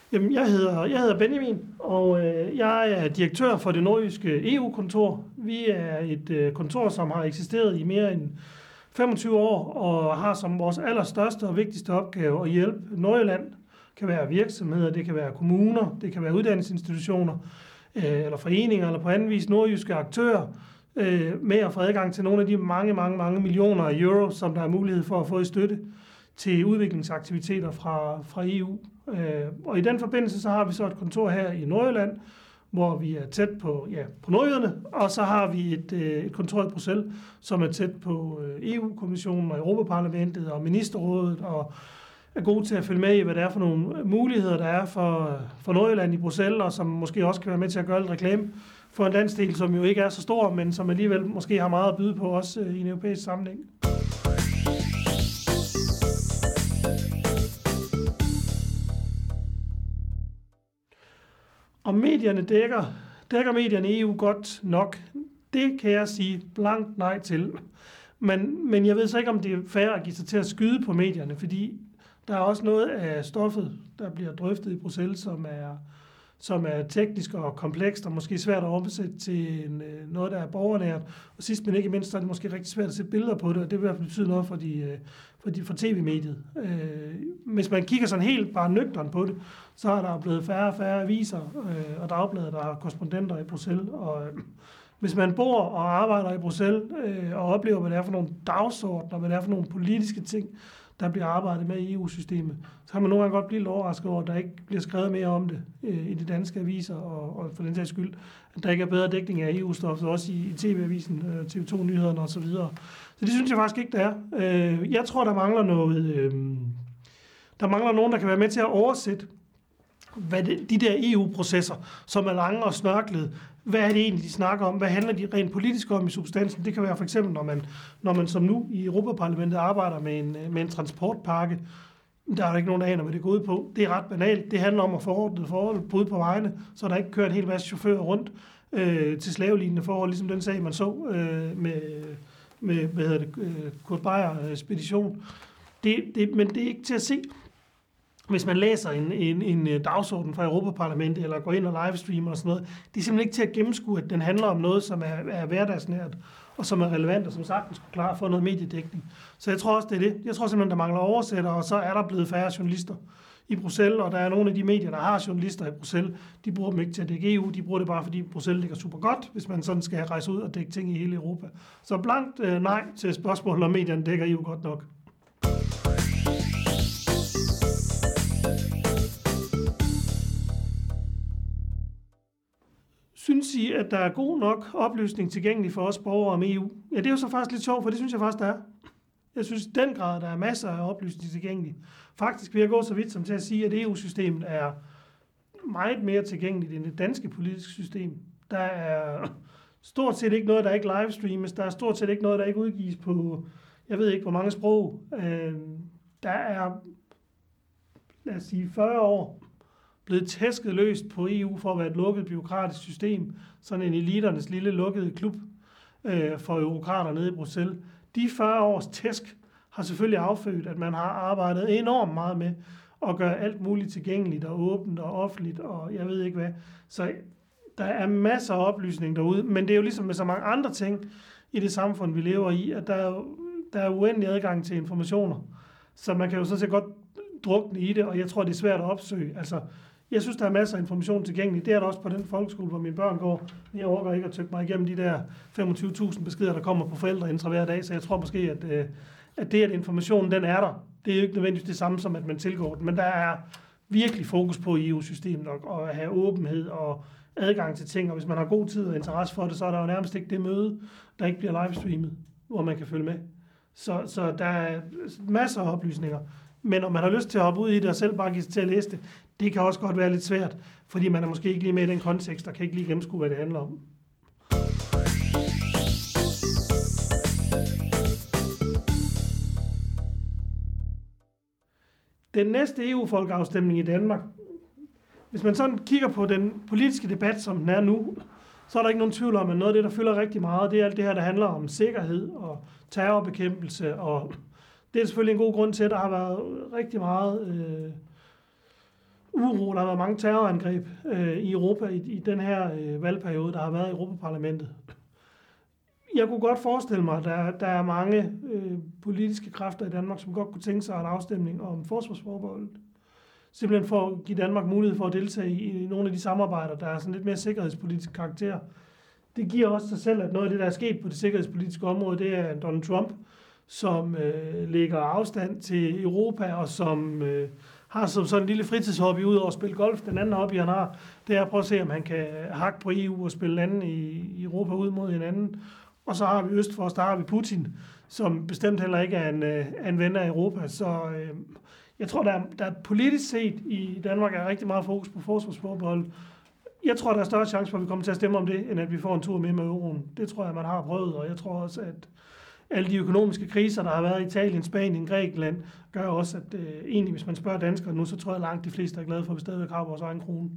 Jamen, jeg hedder Benjamin, og jeg er direktør for det nordjyske EU-kontor. Vi er et kontor, som har eksisteret i mere end 25 år, og har som vores allerstørste og vigtigste opgave at hjælpe Nordjylland. Det kan være virksomheder, det kan være kommuner, det kan være uddannelsesinstitutioner, eller foreninger, eller på anden vis nordjyske aktører, med at få adgang til nogle af de mange millioner af euro, som der er mulighed for at få i støtte til udviklingsaktiviteter fra EU. Og i den forbindelse så har vi så et kontor her i Nordjylland, hvor vi er tæt på nordjyderne, og så har vi et kontor i Bruxelles, som er tæt på EU-kommissionen og Europaparlamentet og ministerrådet, og er gode til at følge med i, hvad det er for nogle muligheder, der er for Nordjylland i Bruxelles, og som måske også kan være med til at gøre lidt reklame for en landsdel, som jo ikke er så stor, men som alligevel måske har meget at byde på også i en europæisk sammenhæng. Og medierne dækker medierne i EU godt nok. Det kan jeg sige blankt nej til. Men jeg ved så ikke, om det er fair at give sig til at skyde på medierne, fordi der er også noget af stoffet, der bliver drøftet i Bruxelles, som er teknisk og komplekst og måske svært at omsætte til noget, der er borgernært. Og sidst men ikke mindst, så er det måske rigtig svært at se billeder på det, og det vil i hvert fald betyde noget for tv-mediet. Hvis man kigger sådan helt bare nøgteren på det, så er der blevet færre og færre aviser og dagblade, der har korrespondenter i Bruxelles. Og hvis man bor og arbejder i Bruxelles og oplever, hvad det er for nogle dagsordner, hvad det er for nogle politiske ting, der bliver arbejdet med i EU-systemet, så kan man nogle gange godt blive lidt overrasket over, at der ikke bliver skrevet mere om det i de danske aviser, og for den sags skyld, at der ikke er bedre dækning af EU-stoffet, også i TV-avisen, TV2-nyhederne osv. Så det synes jeg faktisk ikke, der er. Jeg tror, der mangler noget. Der mangler nogen, der kan være med til at oversætte de der EU-processer, som er lange og snørklede. Hvad er det egentlig, de snakker om? Hvad handler de rent politisk om i substansen? Det kan være for eksempel, når man som nu i Europaparlamentet arbejder med en transportpakke. Der er der ikke nogen, der aner, hvad det går ud på. Det er ret banalt. Det handler om at forordne forhold på på vejene, så der ikke kører en hel masse chauffører rundt til slavelignende forhold, ligesom den sag, man så med Kurt Beier Spedition. Men det er ikke til at se. Hvis man læser en dagsorden fra Europaparlamentet, eller går ind og livestreamer og sådan noget, det er simpelthen ikke til at gennemskue, at den handler om noget, som er hverdagsnært, og som er relevant, og som sagtens skulle klare for noget mediedækning. Så jeg tror også, det er det. Jeg tror simpelthen, der mangler oversætter, og så er der blevet færre journalister i Bruxelles, og der er nogle af de medier, der har journalister i Bruxelles, de bruger dem ikke til at dække EU, de bruger det bare, fordi Bruxelles ligger super godt, hvis man sådan skal rejse ud og dække ting i hele Europa. Så blankt nej til spørgsmålet, om medierne dækker EU godt nok. Synes I, at der er god nok oplysning tilgængelig for os borgere om EU? Ja, det er jo så faktisk lidt sjovt, for det synes jeg faktisk, der er. Jeg synes i den grad, der er masser af oplysning tilgængelig. Faktisk vil jeg gå så vidt som til at sige, at EU-systemet er meget mere tilgængeligt end det danske politiske system. Der er stort set ikke noget, der ikke livestreames. Der er stort set ikke noget, der ikke udgives på, jeg ved ikke, hvor mange sprog. Der er, lad os sige, 40 år blevet tæsket løst på EU for at være et lukket bureaukratisk system. Sådan en eliternes lille lukkede klub for eurokrater nede i Bruxelles. De 40 års tæsk har selvfølgelig affødt, at man har arbejdet enormt meget med at gøre alt muligt tilgængeligt og åbent og offentligt, og jeg ved ikke hvad. Så der er masser af oplysning derude, men det er jo ligesom med så mange andre ting i det samfund, vi lever i, at der er uendelig adgang til informationer. Så man kan jo sådan set godt drukne i det, og jeg tror, det er svært at opsøge. Altså, jeg synes, der er masser af information tilgængelig. Det er der også på den folkeskole, hvor mine børn går. Jeg overgår ikke at tykke mig igennem de der 25.000 beskeder, der kommer på forældreintra hver dag, så jeg tror måske, at informationen den er der. Det er jo ikke nødvendigvis det samme som, at man tilgår den, men der er virkelig fokus på i EU-systemet og at have åbenhed og adgang til ting, og hvis man har god tid og interesse for det, så er der jo nærmest ikke det møde, der ikke bliver livestreamet, hvor man kan følge med. Så der er masser af oplysninger. Men om man har lyst til at hoppe ud i det og selv bare give sig til at læse det, det kan også godt være lidt svært, fordi man er måske ikke lige med i den kontekst, og kan ikke lige gennemskue, hvad det handler om. Den næste EU-folkeafstemning i Danmark, hvis man sådan kigger på den politiske debat, som den er nu, så er der ikke nogen tvivl om, at noget af det, der fylder rigtig meget, det er alt det her, der handler om sikkerhed og terrorbekæmpelse, og det er selvfølgelig en god grund til, at der har været rigtig meget uro, der har været mange terrorangreb i Europa i den her valgperiode, der har været i Europaparlamentet. Jeg kunne godt forestille mig, at der er mange politiske kræfter i Danmark, som godt kunne tænke sig en afstemning om forsvarsforbeholdet. Simpelthen for at give Danmark mulighed for at deltage i nogle af de samarbejder, der er sådan lidt mere sikkerhedspolitisk karakter. Det giver også sig selv, at noget af det, der er sket på det sikkerhedspolitiske område, det er Donald Trump, som lægger afstand til Europa, og som har som sådan en lille fritidshobby ud over at spille golf. Den anden hobby, han har, det er at prøve at se, om han kan hakke på EU og spille lande i Europa ud mod hinanden. Og så har vi øst for os, der har vi Putin, som bestemt heller ikke er en ven af Europa. Så jeg tror, der politisk set i Danmark er rigtig meget fokus på forsvarsforbeholdet. Jeg tror, der er større chance for, at vi kommer til at stemme om det, end at vi får en tur med euroen. Det tror jeg, man har prøvet, og jeg tror også, at alle de økonomiske kriser, der har været i Italien, Spanien, Grækenland, gør også, at egentlig, hvis man spørger danskere nu, så tror jeg langt de fleste er glade for, at vi stadigvæk har vores egen krone.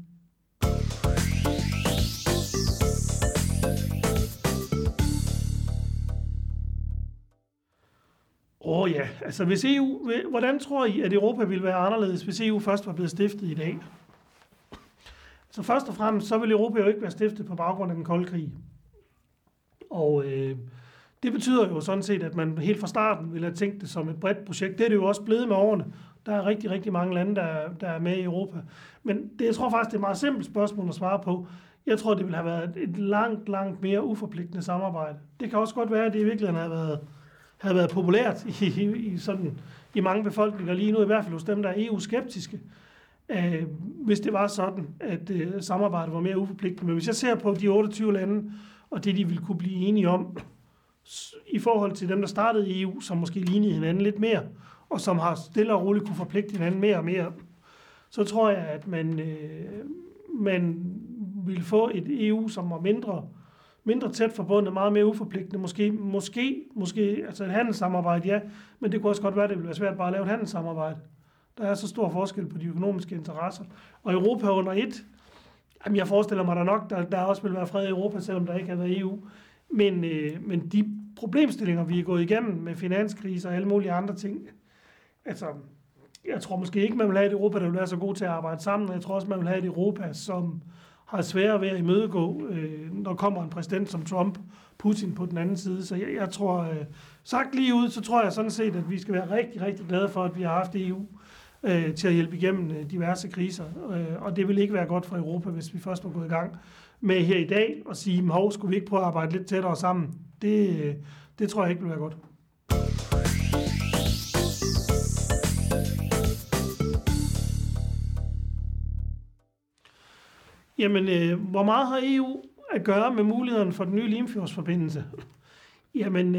Ja, altså hvis EU, hvordan tror I, at Europa ville være anderledes, hvis EU først var blevet stiftet i dag? Så først og fremmest, så vil Europa jo ikke være stiftet på baggrund af den kolde krig. Og det betyder jo sådan set, at man helt fra starten ville have tænkt det som et bredt projekt. Det er det jo også blevet med årene. Der er rigtig, rigtig mange lande, der er med i Europa. Men jeg tror faktisk, det er et meget simpelt spørgsmål at svare på. Jeg tror, det ville have været et langt, langt mere uforpligtende samarbejde. Det kan også godt være, at det i virkeligheden havde været populært i mange befolkninger lige nu, i hvert fald hos dem, der er EU-skeptiske, hvis det var sådan, at samarbejdet var mere uforpligtende. Men hvis jeg ser på de 28 lande, og det de ville kunne blive enige om, i forhold til dem, der startede i EU, som måske lignede hinanden lidt mere, og som har stille og roligt kunne forpligte hinanden mere og mere, så tror jeg, at man ville få et EU, som var mindre tæt forbundet, meget mere uforpligtende. Måske, altså et handelssamarbejde, ja, men det kunne også godt være, at det ville være svært bare at lave et handelssamarbejde. Der er så stor forskel på de økonomiske interesser. Og Europa under et, jeg forestiller mig da nok, der også vil være fred i Europa, selvom der ikke har været EU. Men de problemstillinger, vi er gået igennem med finanskriser og alle mulige andre ting, altså, jeg tror måske ikke, man vil have et Europa, der vil være så god til at arbejde sammen. Jeg tror også, man vil have et Europa, som har sværere ved at imødegå, når kommer en præsident som Trump, Putin på den anden side. Så jeg tror, sagt lige ud, så tror jeg sådan set, at vi skal være rigtig, rigtig glade for, at vi har haft EU til at hjælpe igennem diverse kriser. Og det vil ikke være godt for Europa, hvis vi først var gået i gang med her i dag og sige, skulle vi ikke prøve at arbejde lidt tættere sammen? Det tror jeg ikke vil være godt. Jamen, hvor meget har EU at gøre med mulighederne for den nye Limfjordsforbindelse? Jamen,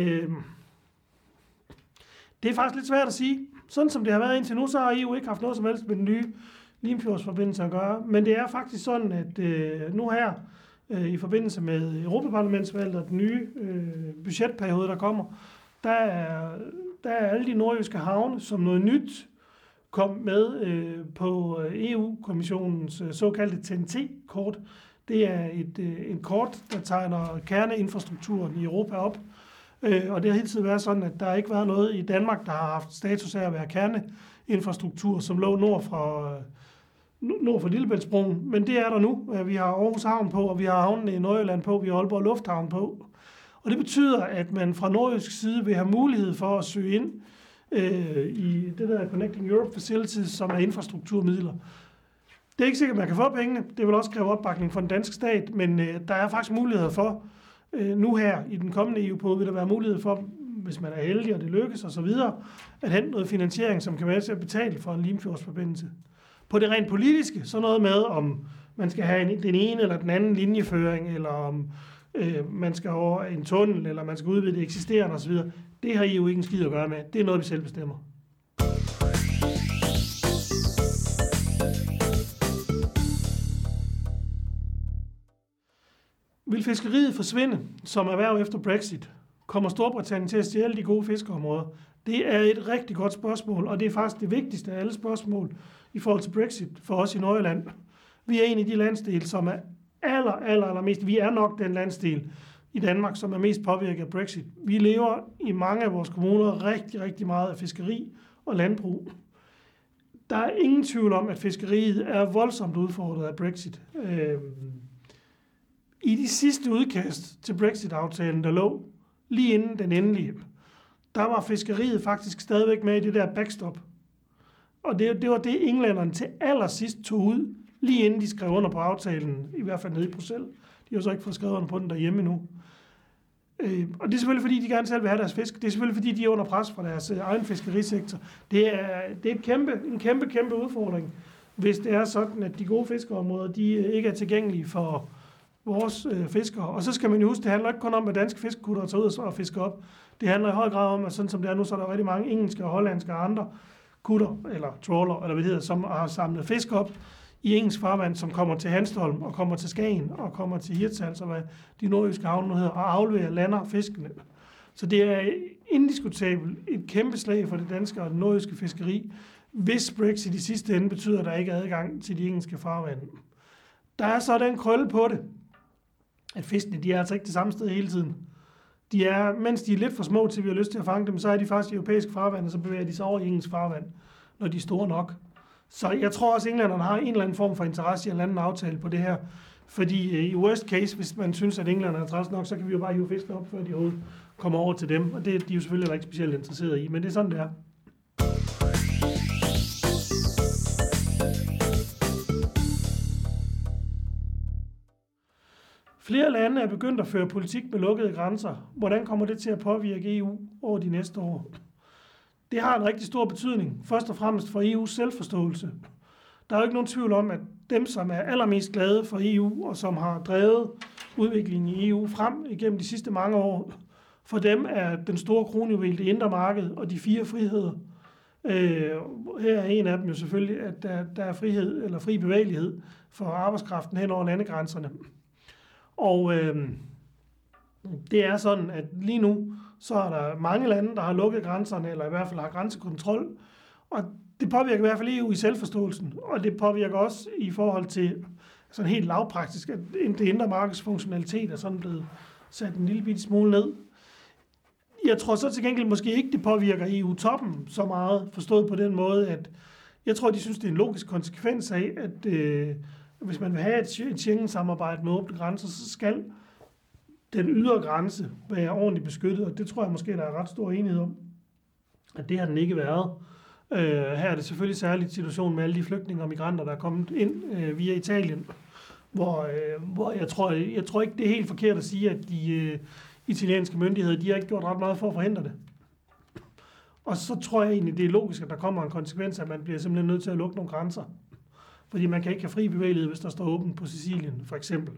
det er faktisk lidt svært at sige. Sådan som det har været indtil nu, så har EU ikke haft noget som helst med den nye Limfjordsforbindelse at gøre. Men det er faktisk sådan, at nu her, i forbindelse med Europaparlamentsvalget og den nye budgetperiode, der kommer, der er alle de nordjyske havne som noget nyt kom med på EU-kommissionens såkaldte TEN-T-kort. Det er en kort, der tegner kerneinfrastrukturen i Europa op. Og det har hele tiden været sådan, at der ikke været noget i Danmark, der har haft status af at være kerneinfrastruktur, som lå nord for Lillebæltsbroen. Men det er der nu. Vi har Aarhus Havn på, og vi har havnen i Nordjylland på, vi har Aalborg Lufthavn på. Og det betyder, at man fra nordjysk side vil have mulighed for at søge ind i det der Connecting Europe Facilities, som er infrastrukturmidler. Det er ikke sikkert, at man kan få pengene. Det vil også kræve opbakning fra den danske stat, men der er faktisk muligheder for, nu her i den kommende EU-periode, vil der være mulighed for, hvis man er heldig, og det lykkes osv., at hente noget finansiering, som kan være til at betale for en Limfjordsforbindelse. På det rent politiske, så noget med, om man skal have den ene eller den anden linjeføring, eller om man skal over en tunnel, eller man skal udvide det eksisterende osv., det har EU ikke en skid at gøre med. Det er noget, vi selv bestemmer. Vil fiskeriet forsvinde som erhverv efter Brexit? Kommer Storbritannien til at stjæle de gode fiskeområder? Det er et rigtig godt spørgsmål, og det er faktisk det vigtigste af alle spørgsmål i forhold til Brexit for os i Nordjylland. Vi er en af de landsdele, som er allermest. Vi er nok den landsdel i Danmark, som er mest påvirket af Brexit. Vi lever i mange af vores kommuner rigtig, rigtig meget af fiskeri og landbrug. Der er ingen tvivl om, at fiskeriet er voldsomt udfordret af Brexit. I de sidste udkast til Brexit-aftalen, der lå lige inden den endelige, der var fiskeriet faktisk stadigvæk med i det der backstop. Og det var det, englænderne til allersidst tog ud, lige inden de skrev under på aftalen, i hvert fald nede i Bruxelles. De har så ikke fået skrevet under på den derhjemme endnu. Og det er selvfølgelig, fordi de gerne selv vil have deres fisk. Det er selvfølgelig, fordi de er under pres fra deres egen fiskerisektor. Det er en kæmpe udfordring, hvis det er sådan, at de gode fiskeområder, de ikke er tilgængelige for vores fiskere. Og så skal man jo huske, det handler ikke kun om, at danske fiskekutter tager ud og fisker op. Det handler i høj grad om, at sådan som det er nu, så er der rigtig mange engelske og hollandske og andre kutter, eller trawler, eller hvad det hedder, som har samlet fisk op i engelsk farvand, som kommer til Hanstholm, og kommer til Skagen, og kommer til Hirtshals, og hvad de nordjyske havne nu hedder, og afleverer lander fiskene. Så det er indiskutabelt et kæmpe slag for det danske og det nordjyske fiskeri, hvis Brexit i sidste ende betyder, at der ikke er adgang til de engelske farvande. Der er så den krølle på det, at fiskene, de er altså ikke det samme sted hele tiden. De er, mens de er lidt for små til, vi har lyst til at fange dem, så er de faktisk i europæisk farvand, og så bevæger de sig over i engelsk farvand, når de er store nok. Så jeg tror også, at englænderne har en eller anden form for interesse i en anden aftale på det her. Fordi i worst case, hvis man synes, at englænderne er træls nok, så kan vi jo bare hive fiskene op, før de overhovedet kommer over til dem. Og det er de jo selvfølgelig ikke specielt interesserede i, men det er sådan, det er. Flere lande er begyndt at føre politik med lukkede grænser. Hvordan kommer det til at påvirke EU over de næste år? Det har en rigtig stor betydning, først og fremmest for EU's selvforståelse. Der er jo ikke nogen tvivl om, at dem, som er allermest glade for EU, og som har drevet udviklingen i EU frem igennem de sidste mange år, for dem er den store kronjuvel det indre marked og de 4 friheder. Her er en af dem jo selvfølgelig, at der er frihed eller fri bevægelighed for arbejdskraften hen over landegrænserne. Og det er sådan, at lige nu, så er der mange lande, der har lukket grænserne, eller i hvert fald har grænsekontrol. Og det påvirker i hvert fald EU i selvforståelsen, og det påvirker også i forhold til sådan helt lavpraktisk, at det indre markeds funktionalitet er sådan blevet sat en lille bitte smule ned. Jeg tror så til gengæld måske ikke, det påvirker EU-toppen så meget, forstået på den måde, at jeg tror, de synes, det er en logisk konsekvens af, at hvis man vil have et Schengen-samarbejde med åbne grænser, så skal den ydre grænse være ordentligt beskyttet, og det tror jeg måske, der er ret stor enighed om, at det har den ikke været. Her er det selvfølgelig særligt situationen med alle de flygtninge og migranter, der er kommet ind via Italien, hvor jeg tror ikke, det er helt forkert at sige, at de italienske myndigheder, de har ikke gjort ret meget for at forhindre det. Og så tror jeg egentlig, det er logisk, at der kommer en konsekvens, at man bliver simpelthen nødt til at lukke nogle grænser. Fordi man kan ikke have fri bevægelighed, hvis der står åbent på Sicilien, for eksempel.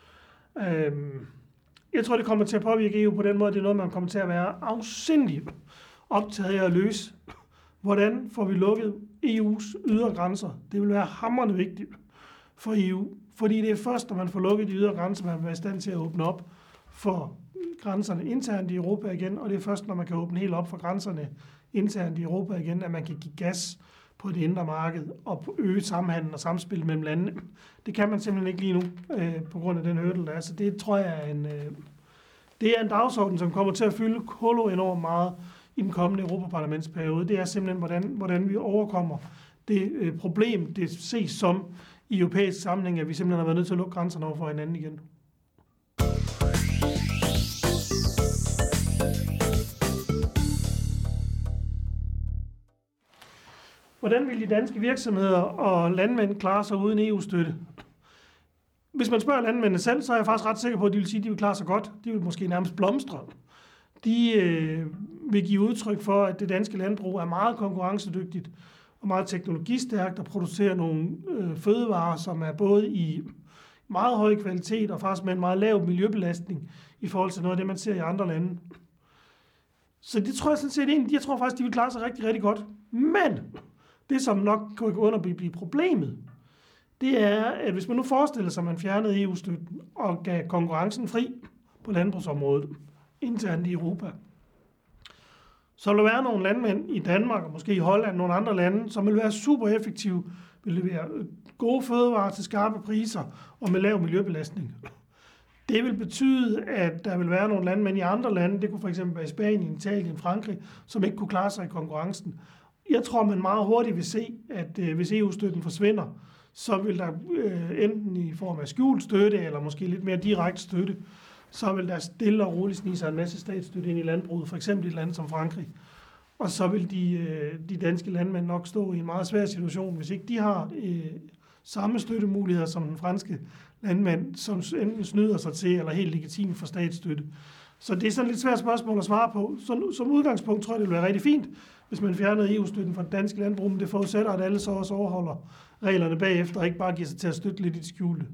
Jeg tror, det kommer til at påvirke EU på den måde, det er noget, man kommer til at være afsindigt optaget af at løse. Hvordan får vi lukket EU's ydre grænser? Det vil være hamrende vigtigt for EU, fordi det er først, når man får lukket de ydre grænser, man vil være i stand til at åbne op for grænserne internt i Europa igen, og det er først, når man kan åbne helt op for grænserne internt i Europa igen, at man kan give gas på det indre marked og øge samhandlen og samspil mellem landene. Det kan man simpelthen ikke lige nu, på grund af den hurdle, der er. Så det tror jeg er en dagsorden, som kommer til at fylde kolo enormt meget i den kommende Europaparlamentsperiode. Det er simpelthen, hvordan vi overkommer det problem, det ses som i europæisk sammenhæng, at vi simpelthen har været nødt til at lukke grænserne over for hinanden igen. Hvordan vil de danske virksomheder og landmænd klare sig uden EU-støtte? Hvis man spørger landmændene selv, så er jeg faktisk ret sikker på, at de vil sige, at de vil klare sig godt. De vil måske nærmest blomstre. De vil give udtryk for, at det danske landbrug er meget konkurrencedygtigt og meget teknologistærkt og producerer nogle fødevarer, som er både i meget høj kvalitet og faktisk med en meget lav miljøbelastning i forhold til noget af det, man ser i andre lande. Så det tror jeg sådan set egentlig, jeg tror faktisk, de vil klare sig rigtig, rigtig godt. Men det, som nok kan gå under at blive problemet, det er, at hvis man nu forestiller sig, at man fjernede EU-støtten og gav konkurrencen fri på landbrugsområdet internt i Europa, så vil der være nogle landmænd i Danmark og måske i Holland og nogle andre lande, som vil være super effektive, vil levere gode fødevarer til skarpe priser og med lav miljøbelastning. Det vil betyde, at der vil være nogle landmænd i andre lande, det kunne for eksempel være i Spanien, Italien, Frankrig, som ikke kunne klare sig i konkurrencen. Jeg tror, man meget hurtigt vil se, at hvis EU-støtten forsvinder, så vil der enten i form af skjult støtte, eller måske lidt mere direkte støtte, så vil der stille og roligt snige sig en masse statsstøtte ind i landbruget, for eksempel i et land som Frankrig. Og så vil de danske landmænd nok stå i en meget svær situation, hvis ikke de har samme støttemuligheder som den franske landmænd, som enten snyder sig til, eller helt legitimt for statsstøtte. Så det er sådan et lidt svært spørgsmål at svare på. Som udgangspunkt tror jeg, det vil være rigtig fint, hvis man fjernede EU-støtten fra det danske landbrug, men det forudsætter, at alle så også overholder reglerne bagefter, og ikke bare giver sig til at støtte lidt i det skjulte.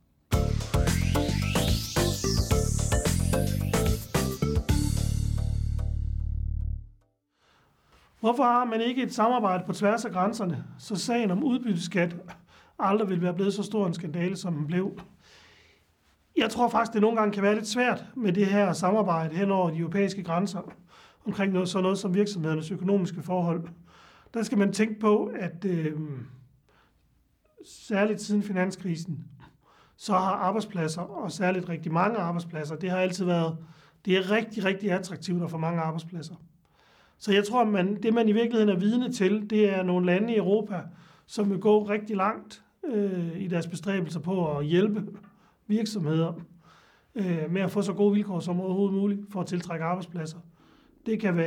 Hvorfor har man ikke et samarbejde på tværs af grænserne, så sagen om udbytteskat aldrig vil være blevet så stor en skandale, som den blev? Jeg tror faktisk, det nogle gange kan være lidt svært med det her samarbejde hen over de europæiske grænser omkring sådan noget som virksomhedernes økonomiske forhold. Der skal man tænke på, at særligt siden finanskrisen, så har arbejdspladser, og særligt rigtig mange arbejdspladser, det har altid været, det er rigtig, rigtig attraktivt at få mange arbejdspladser. Så jeg tror, det man i virkeligheden er vidne til, det er nogle lande i Europa, som vil gå rigtig langt i deres bestræbelser på at hjælpe virksomheder med at få så gode vilkår som overhovedet muligt for at tiltrække arbejdspladser. Det kan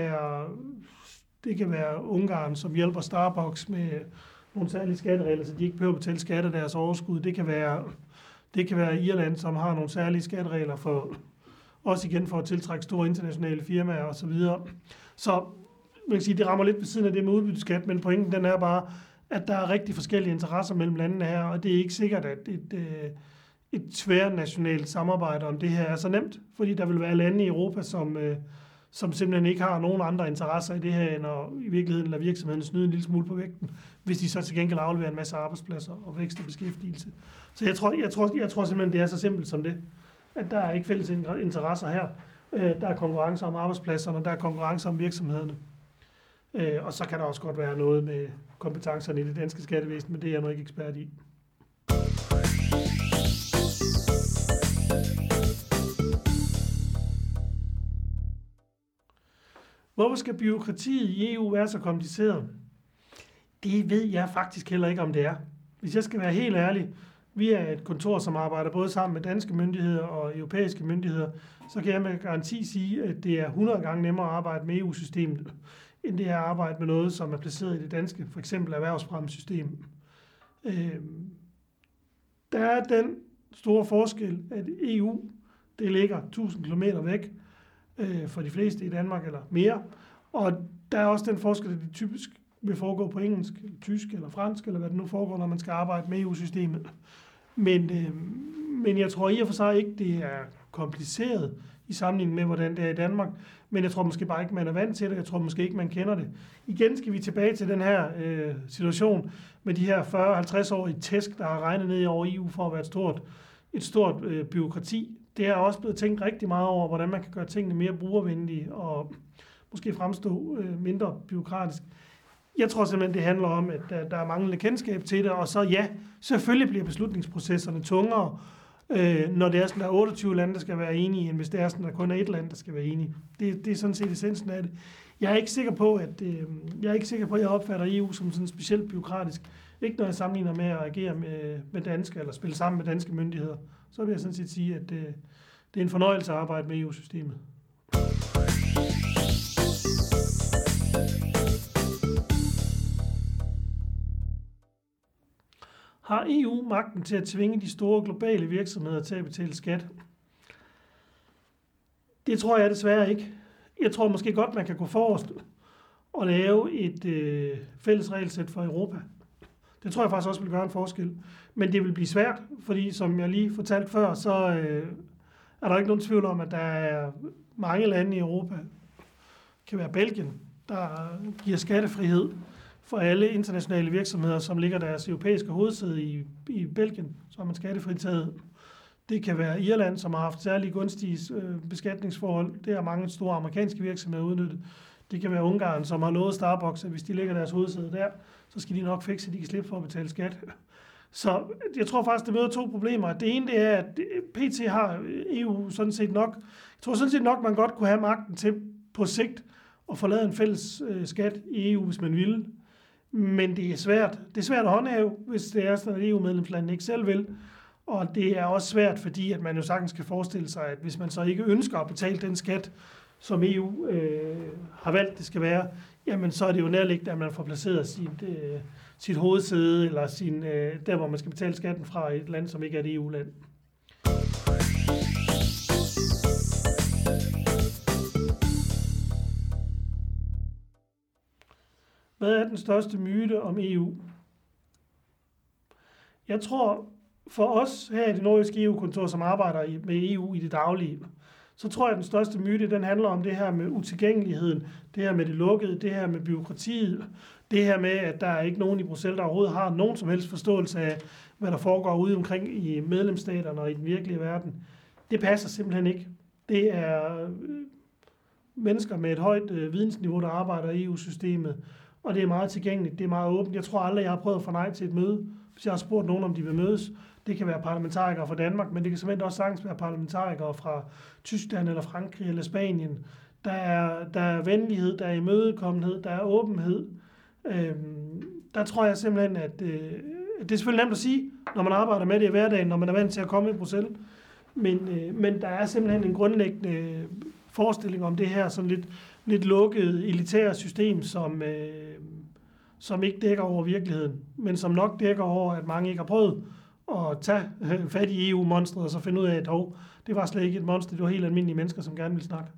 være Ungarn, som hjælper Starbucks med nogle særlige skatteregler, så de ikke behøver at betale skat af deres overskud. Det kan være Irland, som har nogle særlige skatteregler for også igen for at tiltrække store internationale firmaer osv. Så man kan sige, det rammer lidt ved siden af det med udbytteskat, men pointen den er bare, at der er rigtig forskellige interesser mellem landene her, og det er ikke sikkert, at et tværnationalt samarbejde om det her er så nemt, fordi der vil være lande i Europa, som simpelthen ikke har nogen andre interesser i det her, end at i virkeligheden lade virksomheden snyde en lille smule på vægten, hvis de så til gengæld afleverer en masse arbejdspladser og vækst og beskæftigelse. Så jeg tror simpelthen, det er så simpelt som det, at der er ikke fælles interesser her. Der er konkurrence om arbejdspladserne, og der er konkurrence om virksomhederne. Og så kan der også godt være noget med kompetencerne i det danske skattevæsen, men det er jeg nu ikke ekspert i. Hvorfor skal byråkratiet i EU være så kompliceret? Det ved jeg faktisk heller ikke, om det er. Hvis jeg skal være helt ærlig, vi er et kontor, som arbejder både sammen med danske myndigheder og europæiske myndigheder, så kan jeg med garanti sige, at det er 100 gange nemmere at arbejde med EU-systemet, end det er at arbejde med noget, som er placeret i det danske, for eksempel erhvervsfremmesystem. Der er den store forskel, at EU, det ligger 1000 km væk for de fleste i Danmark eller mere, og der er også den forskel, at det typisk vil foregå på engelsk, tysk eller fransk, eller hvad det nu foregår, når man skal arbejde med EU-systemet. Men jeg tror i og for sig ikke, det er kompliceret i sammenligning med, hvordan det er i Danmark. Men jeg tror måske bare ikke, man er vant til det. Jeg tror måske ikke, man kender det. Igen skal vi tilbage til den her situation med de her 40-50 år i tæsk, der har regnet ned over EU for at være et stort byråkrati. Det er også blevet tænkt rigtig meget over, hvordan man kan gøre tingene mere brugervenlige og måske fremstå mindre byråkratisk. Jeg tror simpelthen, det handler om, at der er manglende kendskab til det, og så ja, selvfølgelig bliver beslutningsprocesserne tungere, når det er sådan, der er 28 lande, der skal være enige, end hvis det er sådan, der kun er et land, der skal være enige. Det er sådan set essensen af det. Jeg er ikke sikker på, at jeg opfatter EU som sådan specielt byråkratisk. Ikke når jeg sammenligner med at agere med danske, eller spille sammen med danske myndigheder. Så vil jeg sådan set sige, at det er en fornøjelse at arbejde med EU-systemet. Har EU magten til at tvinge de store globale virksomheder til at betale skat? Det tror jeg desværre ikke. Jeg tror måske godt, man kan gå forrest og lave et fælles regelsæt for Europa. Det tror jeg faktisk også vil gøre en forskel. Men det vil blive svært, fordi som jeg lige fortalte før, så er der ikke nogen tvivl om, at der er mange lande i Europa. Det kan være Belgien, der giver skattefrihed for alle internationale virksomheder, som ligger deres europæiske hovedsæde i Belgien, så har man skattefritaget. Det kan være Irland, som har haft særlig gunstige beskatningsforhold. Det har mange store amerikanske virksomheder udnyttet. Det kan være Ungarn, som har lovet Starbucks, at hvis de lægger deres hovedsæde der, så skal de nok fikse, at de kan slippe for at betale skat. Så jeg tror faktisk, det møder to problemer. Det ene det er, at PT har EU sådan set nok. Jeg tror sådan set nok, man godt kunne have magten til på sigt at få lavet en fælles skat i EU, hvis man ville. Men det er svært. Det er svært at håndhæve, hvis det er sådan, at EU-medlemslandene ikke selv vil. Og det er også svært, fordi at man jo sagtens kan forestille sig, at hvis man så ikke ønsker at betale den skat, som EU har valgt, det skal være, jamen så er det jo nærliggende, at man får placeret sit hovedsæde, eller der, hvor man skal betale skatten fra et land, som ikke er et EU-land. Hvad er den største myte om EU? Jeg tror, for os her i det nordiske EU-kontor, som arbejder med EU i det daglige, så tror jeg, at den største myte, den handler om det her med utilgængeligheden, det her med det lukkede, det her med byråkratiet, det her med, at der er ikke nogen i Bruxelles, der overhovedet har nogen som helst forståelse af, hvad der foregår ude omkring i medlemsstaterne og i den virkelige verden. Det passer simpelthen ikke. Det er mennesker med et højt vidensniveau, der arbejder i EU-systemet, og det er meget tilgængeligt, det er meget åbent. Jeg tror aldrig, jeg har prøvet at få nej til et møde, hvis jeg har spurgt nogen, om de vil mødes. Det kan være parlamentarikere fra Danmark, men det kan simpelthen også sagtens være parlamentarikere fra Tyskland eller Frankrig eller Spanien. Der er venlighed, der er imødekommenhed, der er åbenhed. Der tror jeg simpelthen, at det er selvfølgelig nemt at sige, når man arbejder med det i hverdagen, når man er vant til at komme i Bruxelles. Men der er simpelthen en grundlæggende forestilling om det her sådan lidt lukkede, elitære system, som ikke dækker over virkeligheden, men som nok dækker over, at mange ikke har prøvet at tage fat i EU-monstret og så finde ud af, at det var slet ikke et monster, det var helt almindelige mennesker, som gerne ville snakke.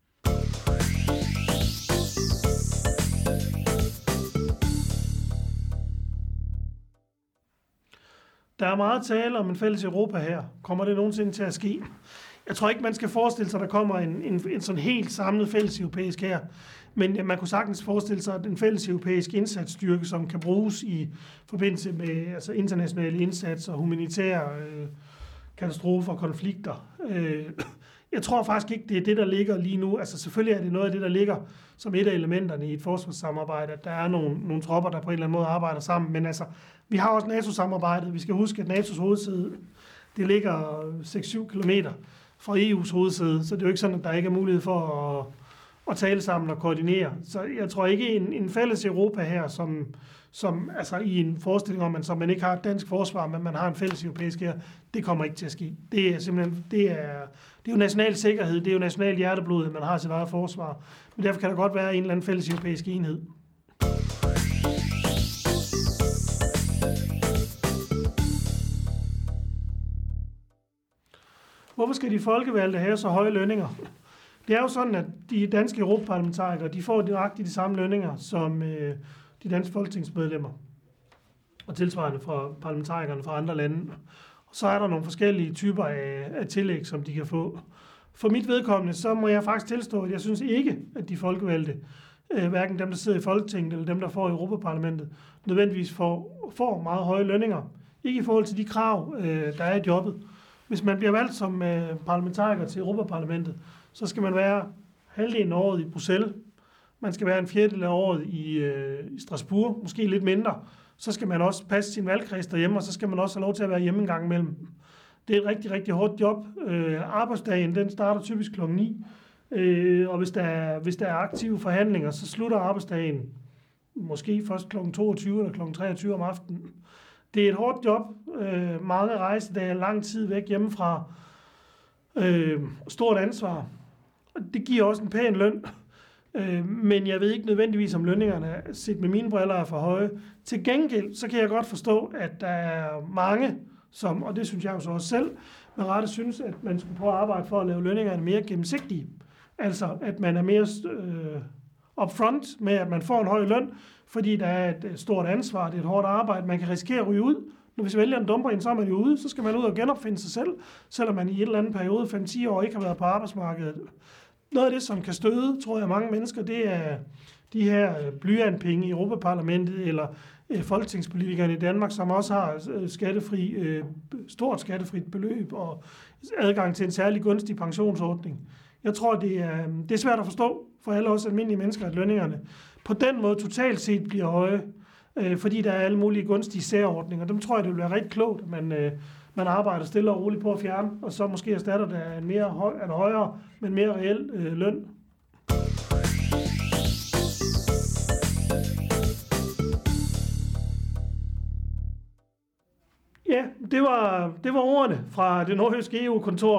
Der er meget tale om en fælles Europa her. Kommer det nogensinde til at ske? Jeg tror ikke, man skal forestille sig, at der kommer en sådan helt samlet fælles europæisk her. Men man kunne sagtens forestille sig, at en fælles europæisk indsatsstyrke, som kan bruges i forbindelse med internationale indsatser, humanitære katastrofer og konflikter. Jeg tror faktisk ikke, det er det, der ligger lige nu. Altså selvfølgelig er det noget af det, der ligger som et af elementerne i et forsvarssamarbejde, at der er nogle tropper, der på en eller anden måde arbejder sammen. Men altså, vi har også NATO-samarbejdet. Vi skal huske, at NATO's hovedsæde, det ligger 6-7 kilometer fra EU's hovedsæde, så det er jo ikke sådan, at der ikke er mulighed for at tale sammen og koordinere. Så jeg tror ikke, en fælles Europa her, som altså i en forestilling om, at man ikke har et dansk forsvar, men man har en fælles europæisk her, det kommer ikke til at ske. Det er simpelthen, det er jo national sikkerhed, det er jo national hjerteblod, at man har sit eget forsvar. Men derfor kan der godt være en eller anden fælles europæisk enhed. Hvorfor skal de folkevalgte have så høje lønninger? Det er jo sådan, at de danske europaparlamentarikere, de får nøjagtigt de samme lønninger som de danske folketingsmedlemmer og tilsvarende fra parlamentarikerne fra andre lande. Og så er der nogle forskellige typer af tillæg, som de kan få. For mit vedkommende, så må jeg faktisk tilstå, at jeg synes ikke, at de folkevalgte, hverken dem, der sidder i Folketinget eller dem, der får i Europaparlamentet, nødvendigvis får meget høje lønninger. Ikke i forhold til de krav, der er i jobbet. Hvis man bliver valgt som parlamentariker til Europaparlamentet, så skal man være halvdelen af året i Bruxelles. Man skal være en fjerdedel af året i Strasbourg, måske lidt mindre. Så skal man også passe sin valgkreds derhjemme, og så skal man også have lov til at være hjemme en gang imellem. Det er et rigtig, rigtig hårdt job. Arbejdsdagen, den starter typisk kl. 9. Og hvis der er aktive forhandlinger, så slutter arbejdsdagen måske først kl. 22 eller kl. 23 om aftenen. Det er et hårdt job. Mange rejsedage, lang tid væk hjemmefra. Stort ansvar. Det giver også en pæn løn. Men jeg ved ikke nødvendigvis, om lønningerne set med mine briller er for høje. Til gengæld, så kan jeg godt forstå, at der er mange, som, og det synes jeg jo så også selv, med rette synes, at man skulle prøve at arbejde for at lave lønningerne mere gennemsigtige. Altså, at man er mere upfront med, at man får en høj løn, fordi der er et stort ansvar, det er et hårdt arbejde, man kan risikere at ryge ud. Når hvis vælgeren dumper ind, så er man jo ude, så skal man ud og genopfinde sig selv, selvom man i en eller anden periode, 5-10 år, ikke har været på arbejdsmarkedet. Noget af det, som kan støde, tror jeg, mange mennesker, det er de her blyantpenge i Europaparlamentet, eller folketingspolitikerne i Danmark, som også har stort skattefrit beløb og adgang til en særlig gunstig pensionsordning. Jeg tror, det er svært at forstå for alle os almindelige mennesker, at lønningerne på den måde totalt set bliver høje, fordi der er alle mulige gunstige særordninger. Dem tror jeg, det vil være rigtig klogt, at man arbejder stille og roligt på at fjerne, og så måske erstatter der en højere, men mere reel løn. Ja, det var ordene fra det nordjyske EU-kontor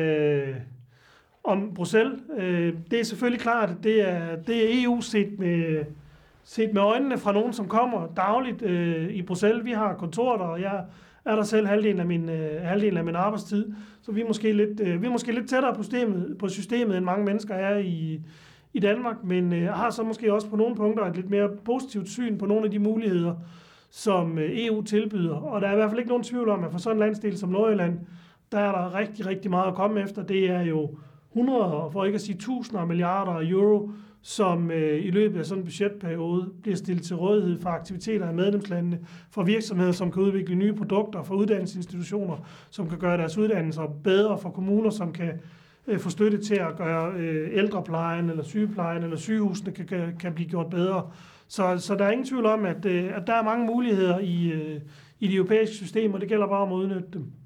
om Bruxelles. Det er selvfølgelig klart, at det er EU set med øjnene fra nogen, som kommer dagligt i Bruxelles. Vi har kontor der, og jeg er der selv halvdelen af min arbejdstid. Så vi er måske lidt tættere på systemet, end mange mennesker er i Danmark, men har så måske også på nogle punkter et lidt mere positivt syn på nogle af de muligheder, som EU tilbyder. Og der er i hvert fald ikke nogen tvivl om, at for sådan en landsdel som Nordjylland, der er der rigtig, rigtig meget at komme efter. Det er jo 100, for ikke at sige tusinder af milliarder euro, som i løbet af sådan en budgetperiode bliver stillet til rådighed for aktiviteter af medlemslandene, for virksomheder, som kan udvikle nye produkter, for uddannelsesinstitutioner, som kan gøre deres uddannelser bedre, for kommuner, som kan få støtte til at gøre ældreplejen, eller sygeplejen, eller sygehusene kan blive gjort bedre. Så der er ingen tvivl om, at der er mange muligheder i de europæiske systemer, og det gælder bare om at udnytte dem.